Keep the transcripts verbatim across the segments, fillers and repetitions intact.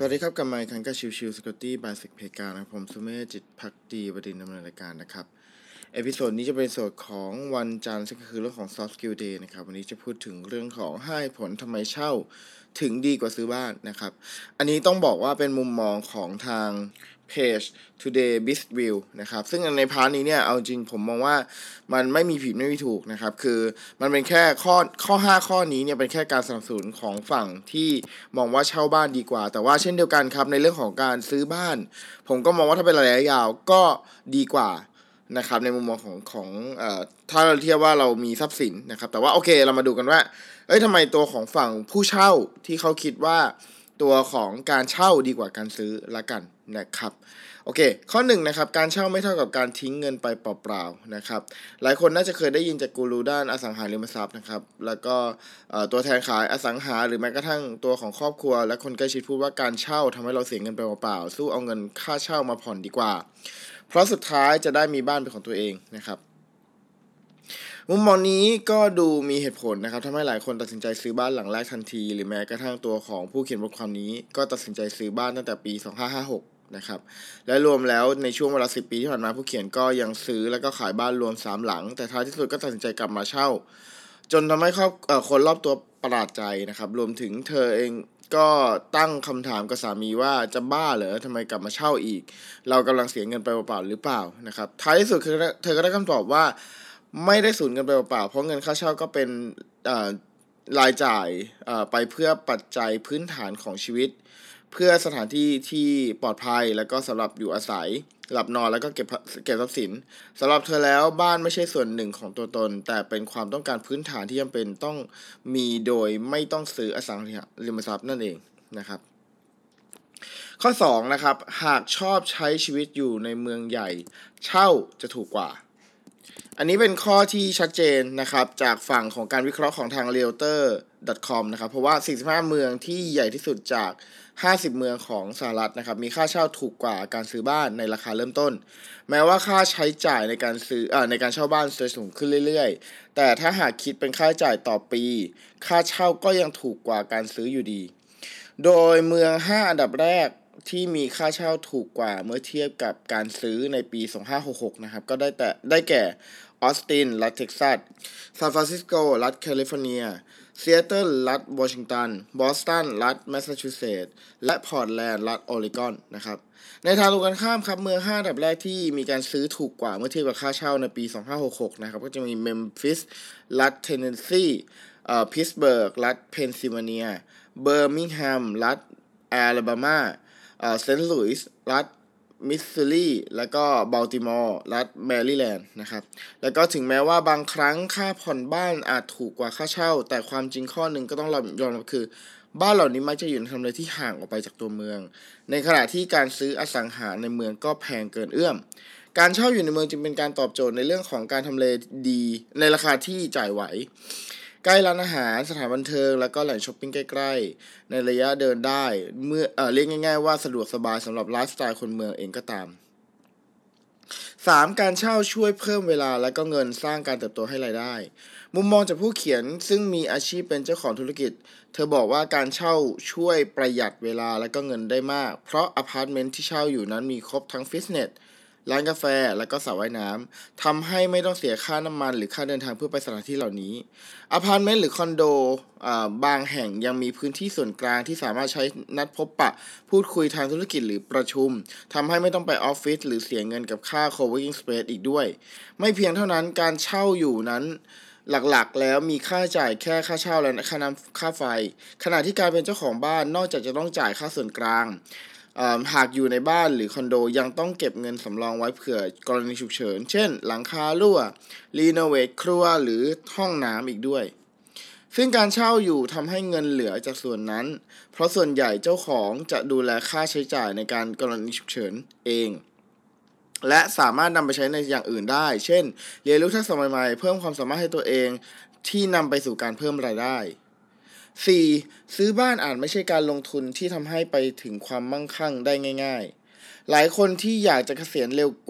วัสดีครับกลับมาอีกครั้งกับชิวชิว Security by Sec เพกานะครับผมสุเมธจิตภักดีบดินทร์ดำเนินรายการนะครับเอพิโซดนี้จะเป็นส่วนของวันจันทร์ซึ่งก็คือเรื่องของ Soft Skill Day นะครับวันนี้จะพูดถึงเรื่องของให้ผลทำไมเช่าถึงดีกว่าซื้อบ้านนะครับอันนี้ต้องบอกว่าเป็นมุมมองของทางเพจ Today Bizview นะครับซึ่งในพาร์ทนี้เนี่ยเอาจริงผมมองว่ามันไม่มีผิดไม่มีถูกนะครับคือมันเป็นแค่ข้อข้อห้าข้อนี้เนี่ยเป็นแค่การสนับสนุนของฝั่งที่มองว่าเช่าบ้านดีกว่าแต่ว่าเช่นเดียวกันครับในเรื่องของการซื้อบ้านผมก็มองว่าถ้าเป็นระยะยาวก็ดีกว่านะครับในมุมมองของของเอ่อถ้าเราเทียบว่าเรามีทรัพย์สินนะครับแต่ว่าโอเคเรามาดูกันว่าเอ้ยทำไมตัวของฝั่งผู้เช่าที่เขาคิดว่าตัวของการเช่าดีกว่าการซื้อละกันนะครับโอเคข้อหนึ่งนะครับการเช่าไม่เท่ากับการทิ้งเงินไปเปล่าๆนะครับหลายคนน่าจะเคยได้ยินจากกูรูด้านอสังหาริมทรัพย์นะครับแล้วก็ตัวแทนขายอสังหาหรือแม้กระทั่งตัวของครอบครัวและคนใกล้ชิดพูดว่าการเช่าทำให้เราเสียเงินไปเปล่าๆสู้เอาเงินค่าเช่ามาผ่อนดีกว่าเพราะสุดท้ายจะได้มีบ้านเป็นของตัวเองนะครับมุมมองนี้ก็ดูมีเหตุผลนะครับทำให้หลายคนตัดสินใจซื้อบ้านหลังแรกทันทีหรือแม้กระทั่งตัวของผู้เขียนบทความนี้ก็ตัดสินใจซื้อบ้านตั้งแต่ปีสองพันห้าร้อยห้าสิบหกนะครับและรวมแล้วในช่วงเวลาสิบปีที่ผ่านมาผู้เขียนก็ยังซื้อแล้วก็ขายบ้านรวมสามหลังแต่ท้ายที่สุดก็ตัดสินใจกลับมาเช่าจนทำให้ครอบเอ่อคนรอบตัวประหลาดใจนะครับรวมถึงเธอเองก็ตั้งคำถามกับสามีว่าจะบ้าเหรอทำไมกลับมาเช่าอีกเรากำลังเสียเงินไปเปล่าๆหรือเปล่านะครับท้ายที่สุดคือเธอก็ได้คำตอบว่าไม่ได้สูญเงินไปเปล่าๆเพราะเงินค่าเช่าก็เป็นรายจ่ายไปเพื่อปัจจัยพื้นฐานของชีวิตเพื่อสถานที่ที่ปลอดภัยแล้วก็สำหรับอยู่อาศัยหลับนอนแล้วก็เก็บเก็บทรัพย์สินสำหรับเธอแล้วบ้านไม่ใช่ส่วนหนึ่งของตัวตนแต่เป็นความต้องการพื้นฐานที่จำเป็นต้องมีโดยไม่ต้องซื้ออสังหาริมทรัพย์นั่นเองนะครับข้อสองนะครับหากชอบใช้ชีวิตอยู่ในเมืองใหญ่เช่าจะถูกกว่าอันนี้เป็นข้อที่ชัดเจนนะครับจากฝั่งของการวิเคราะห์ของทาง เรียลเตอร์ ดอท คอม นะครับเพราะว่าสี่สิบห้าเมืองที่ใหญ่ที่สุดจากห้าสิบเมืองของสหรัฐนะครับมีค่าเช่าถูกกว่าการซื้อบ้านในราคาเริ่มต้นแม้ว่าค่าใช้จ่ายในการซื้อเอ่อในการเช่าบ้านจะสูงขึ้นเรื่อยๆแต่ถ้าหากคิดเป็นค่าใช้จ่ายต่อปีค่าเช่าก็ยังถูกกว่าการซื้ออยู่ดีโดยเมืองห้าอันดับแรกที่มีค่าเช่าถูกกว่าเมื่อเทียบกับการซื้อในปีสองพันห้าร้อยหกสิบหกนะครับก็ได้แต่ได้แก่ออสตินรัฐเท็กซัสซานฟรานซิสโกรัฐแคลิฟอร์เนียซีแอตเทิลรัฐวอชิงตันบอสตันรัฐแมสซาชูเซตส์และพอร์ตแลนด์รัฐออริกอนนะครับในทางตรงกันข้ามครับเมืองห้าอันดับแรกที่มีการซื้อถูกกว่าเมื่อเทียบกับค่าเช่าในปีสองพันห้าร้อยหกสิบหกนะครับก็จะมีเมมฟิสรัฐเทนเนสซีเอ่อพิตต์สเบิร์กรัฐเพนซิลเวเนียเบอร์มิงแฮมรัฐแอลาบามาเอ่อเซนต์หลุยส์รัฐมิสซูรีและก็บัลติมอร์รัฐแมริแลนด์นะครับแล้วก็ถึงแม้ว่าบางครั้งค่าผ่อนบ้านอาจถูกกว่าค่าเช่าแต่ความจริงข้อหนึ่งก็ต้องยอมรับคือบ้านเหล่านี้มักจะอยู่ในทำเลที่ห่างออกไปจากตัวเมืองในขณะที่การซื้ออสังหาในเมืองก็แพงเกินเอื้อมการเช่าอยู่ในเมืองจึงเป็นการตอบโจทย์ในเรื่องของการทำเลดีในราคาที่จ่ายไหวใกล้ร้านอาหารสถานบันเทิงแล้วก็แหล่งช้อปปิ้งใกล้ๆในระยะเดินได้เมื่อเอ่อเรียกง่ายๆว่าสะดวกสบายสำหรับไลฟ์สไตล์คนเมืองเองก็ตามสามการเช่าช่วยเพิ่มเวลาและก็เงินสร้างการเติบโตให้รายได้มุมมองจากผู้เขียนซึ่งมีอาชีพเป็นเจ้าของธุรกิจเธอบอกว่าการเช่าช่วยประหยัดเวลาและก็เงินได้มากเพราะอพาร์ตเมนต์ที่เช่าอยู่นั้นมีครบทั้งฟิตเนสร้านกาแฟและก็สระว่ายน้ำทำให้ไม่ต้องเสียค่าน้ำมันหรือค่าเดินทางเพื่อไปสถานที่เหล่านี้อพาร์ตเมนต์หรือคอนโดอ่าบางแห่งยังมีพื้นที่ส่วนกลางที่สามารถใช้นัดพบปะพูดคุยทางธุรกิจหรือประชุมทำให้ไม่ต้องไปออฟฟิศหรือเสียเงินกับค่า co-working space อีกด้วยไม่เพียงเท่านั้นการเช่าอยู่นั้นหลักๆแล้วมีค่าจ่ายแค่ค่าเช่าและค่าน้ำค่าไฟขณะที่การเป็นเจ้าของบ้านนอกจากจะต้องจ่ายค่าส่วนกลางหากอยู่ในบ้านหรือคอนโดยังต้องเก็บเงินสำรองไว้เผื่อกรณีฉุกเฉินเช่นหลังคารั่วรีโนเวทครัวหรือห้องน้ำอีกด้วยซึ่งการเช่าอยู่ทำให้เงินเหลือจากส่วนนั้นเพราะส่วนใหญ่เจ้าของจะดูแลค่าใช้จ่ายในการกรณีฉุกเฉินเองและสามารถนำไปใช้ในอย่างอื่นได้เช่นเรียนรู้ทักษะใหม่ๆเพิ่มความสามารถให้ตัวเองที่นำไปสู่การเพิ่มรายได้สี่ซื้อบ้านอาจไม่ใช่การลงทุนที่ทำให้ไปถึงความมั่งคั่งได้ง่ายๆหลายคนที่อยากจะเกษียณเร็วกว่า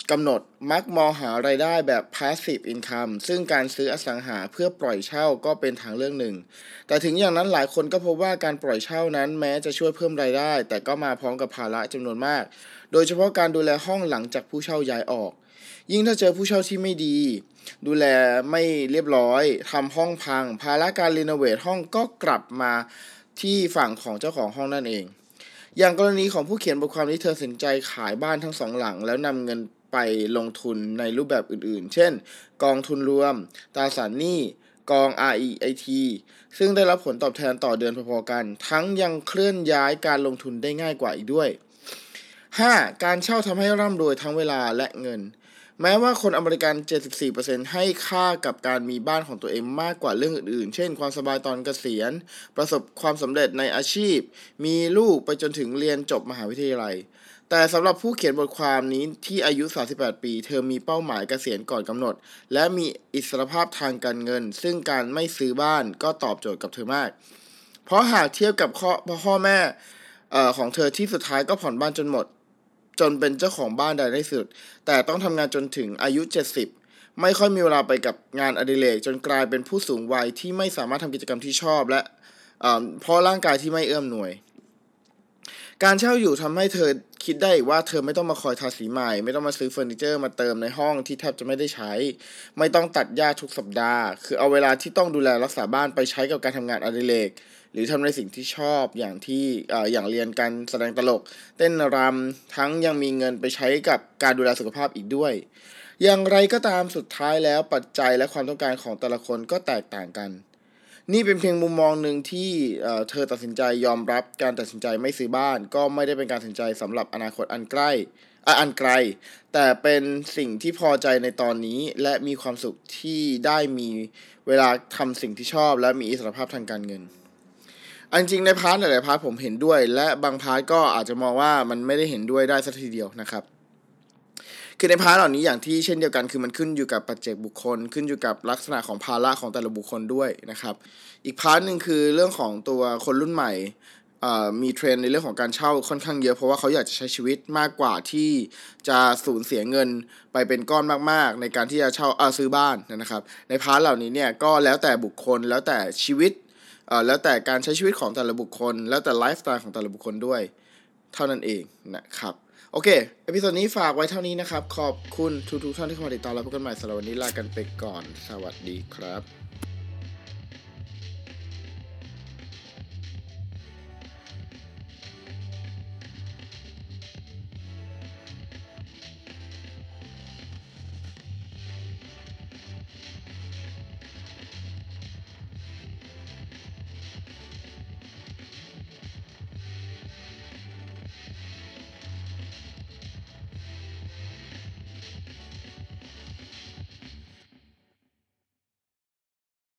กำหนดมักมองหารายได้แบบ passive income ซึ่งการซื้ออสังหาเพื่อปล่อยเช่าก็เป็นทางเลือกหนึ่งแต่ถึงอย่างนั้นหลายคนก็พบว่าการปล่อยเช่านั้นแม้จะช่วยเพิ่มรายได้แต่ก็มาพร้อมกับภาระจำนวนมากโดยเฉพาะการดูแลห้องหลังจากผู้เช่าย้ายออกยิ่งถ้าเจอผู้เช่าที่ไม่ดีดูแลไม่เรียบร้อยทำห้องพังภาระการรีโนเวทห้องก็กลับมาที่ฝั่งของเจ้าของห้องนั่นเองอย่างกรณีของผู้เขียนบทความนี้เธอตัดสินใจขายบ้านทั้งสองหลังแล้วนำเงินไปลงทุนในรูปแบบอื่นๆเช่นกองทุนรวมตราสารหนี้กอง อาร์ อี ไอ ที ซึ่งได้รับผลตอบแทนต่อเดือนพอๆกันทั้งยังเคลื่อนย้ายการลงทุนได้ง่ายกว่าอีกด้วย ห้า. การเช่าทำให้ร่ำรวยทั้งเวลาและเงินแม้ว่าคนอเมริกัน เจ็ดสิบสี่เปอร์เซ็นต์ ให้ค่ากับการมีบ้านของตัวเองมากกว่าเรื่องอื่นๆเช่นความสบายตอนเกษียณประสบความสำเร็จในอาชีพมีลูกไปจนถึงเรียนจบมหาวิทยาลัยแต่สำหรับผู้เขียนบทความนี้ที่อายุสามสิบแปดปีเธอมีเป้าหมายเกษียณก่อนกำหนดและมีอิสรภาพทางการเงินซึ่งการไม่ซื้อบ้านก็ตอบโจทย์กับเธอมากเพราะหากเทียบกับพ่อแม่ของเธอที่สุดท้ายก็ผ่อนบ้านจนหมดจนเป็นเจ้าของบ้านได้ในสุดแต่ต้องทำงานจนถึงอายุเจ็ดสิบไม่ค่อยมีเวลาไปกับงานอดิเรกจนกลายเป็นผู้สูงวัยที่ไม่สามารถทำกิจกรรมที่ชอบและเพราะร่างกายที่ไม่เอื้อมหน่วยการเช่าอยู่ทำให้เธอคิดได้ว่าเธอไม่ต้องมาคอยทาสีใหม่ไม่ต้องมาซื้อเฟอร์นิเจอร์มาเติมในห้องที่แทบจะไม่ได้ใช้ไม่ต้องตัดหญ้าทุกสัปดาห์คือเอาเวลาที่ต้องดูแลรักษาบ้านไปใช้กับการทำงานอดิเรกหรือทำในสิ่งที่ชอบอย่างที่เอ่ออย่างเรียนการแสดงตลกเต้นรำทั้งยังมีเงินไปใช้กับการดูแลสุขภาพอีกด้วยอย่างไรก็ตามสุดท้ายแล้วปัจจัยและความต้องการของแต่ละคนก็แตกต่างกันนี่เป็นเพียงมุมมองหนึ่งที่เอ่อเธอตัดสินใจยอมรับการตัดสินใจไม่ซื้อบ้านก็ไม่ได้เป็นการตัดสินใจสำหรับอนาคตอันใกล้อ่ะอันไกลแต่เป็นสิ่งที่พอใจในตอนนี้และมีความสุขที่ได้มีเวลาทำสิ่งที่ชอบและมีอิสรภาพทางการเงินอันจริงในพาร์ทหลายๆพาร์ทผมเห็นด้วยและบางพาร์ทก็อาจจะมองว่ามันไม่ได้เห็นด้วยได้สักทีเดียวนะครับคือในพาร์ทเหล่านี้อย่างที่เช่นเดียวกันคือมันขึ้นอยู่กับปัจเจกบุคคลขึ้นอยู่กับลักษณะของภาระของแต่ละบุคคลด้วยนะครับอีกพาร์ทนึงคือเรื่องของตัวคนรุ่นใหม่มีเทรนด์ในเรื่องของการเช่าค่อนข้างเยอะเพราะว่าเขาอยากจะใช้ชีวิตมากกว่าที่จะสูญเสียเงินไปเป็นก้อนมากๆในการที่จะเช่าเอาซื้อบ้านนะครับในพาร์ทเหล่านี้เนี่ยก็แล้วแต่บุคคลแล้วแต่ชีวิตแล้วแต่การใช้ชีวิตของแต่ละบุคคลแล้วแต่ไลฟ์สไตล์ของแต่ละบุคคลด้วยเท่านั้นเองนะครับโอเคเอพิโซดนี้ฝากไว้เท่านี้นะครับขอบคุณทุกๆท่านที่เข้ามาติดตามแล้วพบกันใหม่สำหรับวันนี้ลากันไปก่อนสวัสดีครับ